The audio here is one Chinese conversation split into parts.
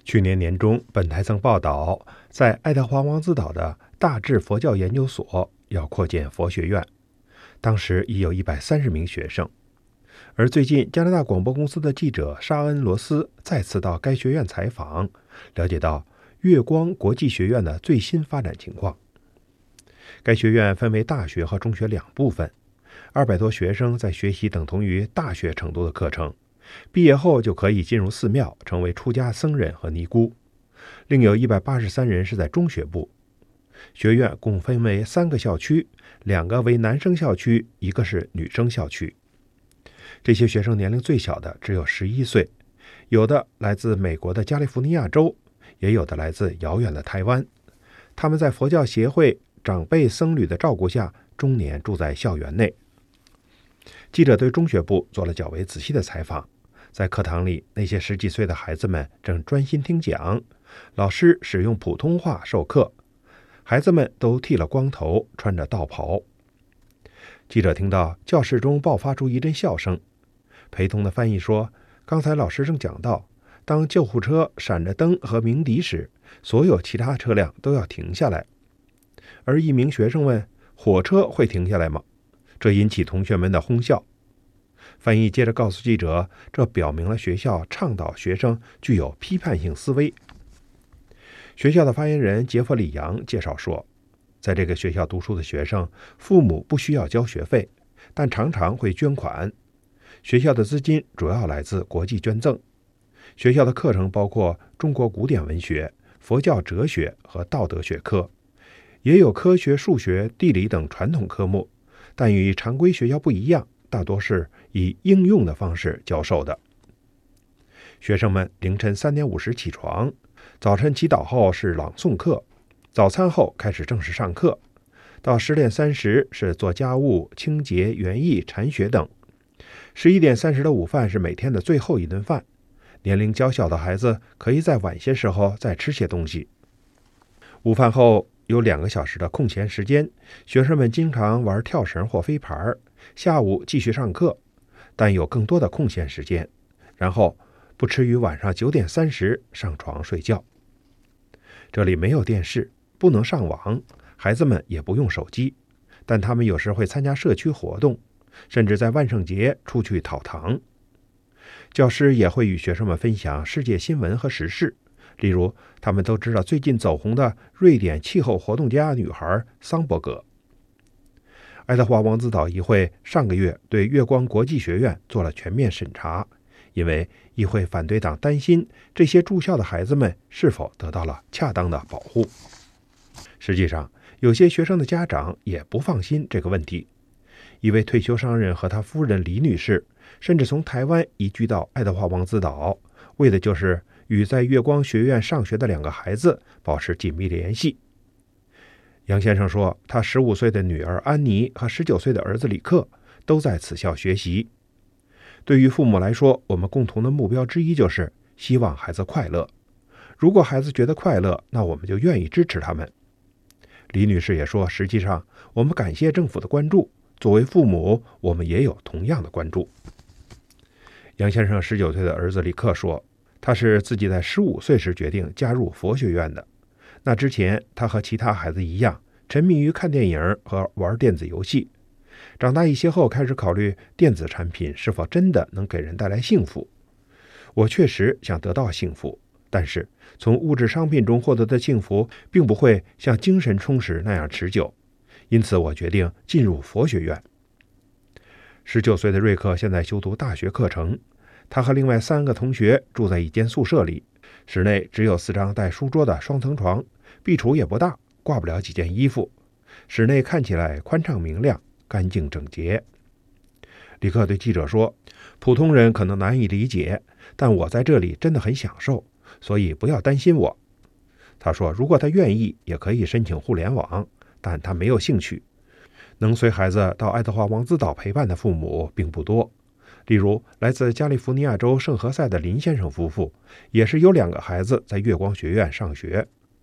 去年年中，本台曾报道，在爱德华王子岛的大智佛教研究所要扩建佛学院，当时已有130名学生。而最近，加拿大广播公司的记者沙恩·罗斯再次到该学院采访，了解到月光国际学院的最新发展情况。该学院分为大学和中学两部分，200多学生在学习等同于大学程度的课程，毕业后就可以进入寺庙，成为出家僧人和尼姑。另有183人是在中学部。学院共分为3个校区，2个为男生校区，1个是女生校区。这些学生年龄最小的只有11岁，有的来自美国的加利福尼亚州，也有的来自遥远的台湾。他们在佛教协会长辈僧侣的照顾下，终年住在校园内。记者对中学部做了较为仔细的采访，在课堂里，那些10几岁的孩子们正专心听讲，老师使用普通话授课，孩子们都剃了光头，穿着道袍。记者听到教室中爆发出一阵笑声，陪同的翻译说，刚才老师正讲到，当救护车闪着灯和鸣笛时，所有其他车辆都要停下来。而一名学生问，火车会停下来吗？这引起同学们的哄笑。翻译接着告诉记者，这表明了学校倡导学生具有批判性思维。学校的发言人杰弗里·杨介绍说，在这个学校读书的学生，父母不需要交学费，但常常会捐款。学校的资金主要来自国际捐赠。学校的课程包括中国古典文学、佛教哲学和道德学科，也有科学、数学、地理等传统科目，但与常规学校不一样，大多是以应用的方式教授的。学生们凌晨3点50起床，早晨祈祷后是朗诵课，早餐后开始正式上课，到10点30是做家务、清洁、园艺、禅学等。11点30的午饭是每天的最后一顿饭。年龄较小的孩子可以在晚些时候再吃些东西。午饭后有2个小时的空闲时间，学生们经常玩跳绳或飞盘，下午继续上课，但有更多的空闲时间，然后不迟于晚上9点30上床睡觉。这里没有电视，不能上网，孩子们也不用手机，但他们有时会参加社区活动，甚至在万圣节出去讨糖。教师也会与学生们分享世界新闻和时事，例如他们都知道最近走红的瑞典气候活动家女孩桑伯格。爱德华王子岛议会上个月对月光国际学院做了全面审查，因为议会反对党担心这些住校的孩子们是否得到了恰当的保护。实际上，有些学生的家长也不放心这个问题。一位退休商人和他夫人李女士甚至从台湾移居到爱德华王子岛，为的就是与在月光学院上学的2个孩子保持紧密联系。杨先生说，他15岁的女儿安妮和19岁的儿子李克都在此校学习。对于父母来说，我们共同的目标之一就是希望孩子快乐。如果孩子觉得快乐，那我们就愿意支持他们。李女士也说，实际上我们感谢政府的关注，作为父母，我们也有同样的关注。杨先生19岁的儿子李克说，他是自己在15岁时决定加入佛学院的。那之前，他和其他孩子一样，沉迷于看电影和玩电子游戏。长大一些后，开始考虑电子产品是否真的能给人带来幸福。我确实想得到幸福，但是从物质商品中获得的幸福并不会像精神充实那样持久，因此我决定进入佛学院。19岁的瑞克现在修读大学课程，他和另外3个同学住在一间宿舍里，室内只有4张带书桌的双层床，壁橱也不大，挂不了几件衣服。室内看起来宽敞明亮，干净整洁。李克对记者说，普通人可能难以理解，但我在这里真的很享受，所以不要担心我。他说，如果他愿意，也可以申请互联网，但他没有兴趣。能随孩子到爱德华王子岛陪伴的父母并不多。例如，来自加利福尼亚州圣何塞的林先生夫妇，也是有2个孩子在月光学院上学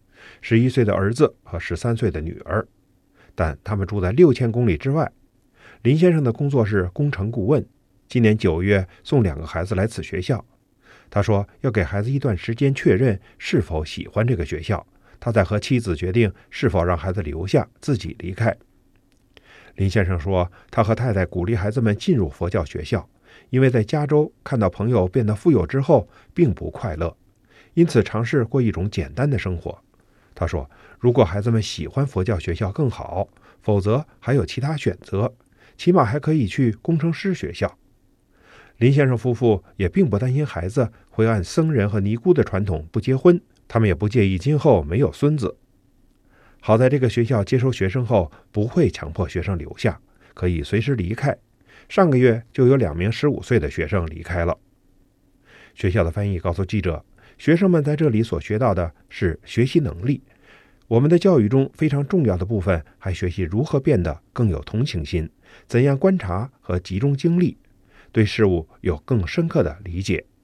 ，11岁的儿子和13岁的女儿，但他们住在6000公里之外。林先生的工作是工程顾问，今年9月送2个孩子来此学校。 他说要给孩子一段时间确认是否喜欢这个学校，他再和妻子决定是否让孩子留下，自己离开。林先生说，他和太太鼓励孩子们进入佛教学校，因为在加州看到朋友变得富有之后并不快乐，因此尝试过一种简单的生活。他说，如果孩子们喜欢佛教学校更好，否则还有其他选择，起码还可以去工程师学校。林先生夫妇也并不担心孩子会按僧人和尼姑的传统不结婚，他们也不介意今后没有孙子。好在这个学校接收学生后不会强迫学生留下，可以随时离开。上个月就有2名15岁的学生离开了。学校的翻译告诉记者，学生们在这里所学到的是学习能力。我们的教育中非常重要的部分还学习如何变得更有同情心，怎样观察和集中精力，对事物有更深刻的理解。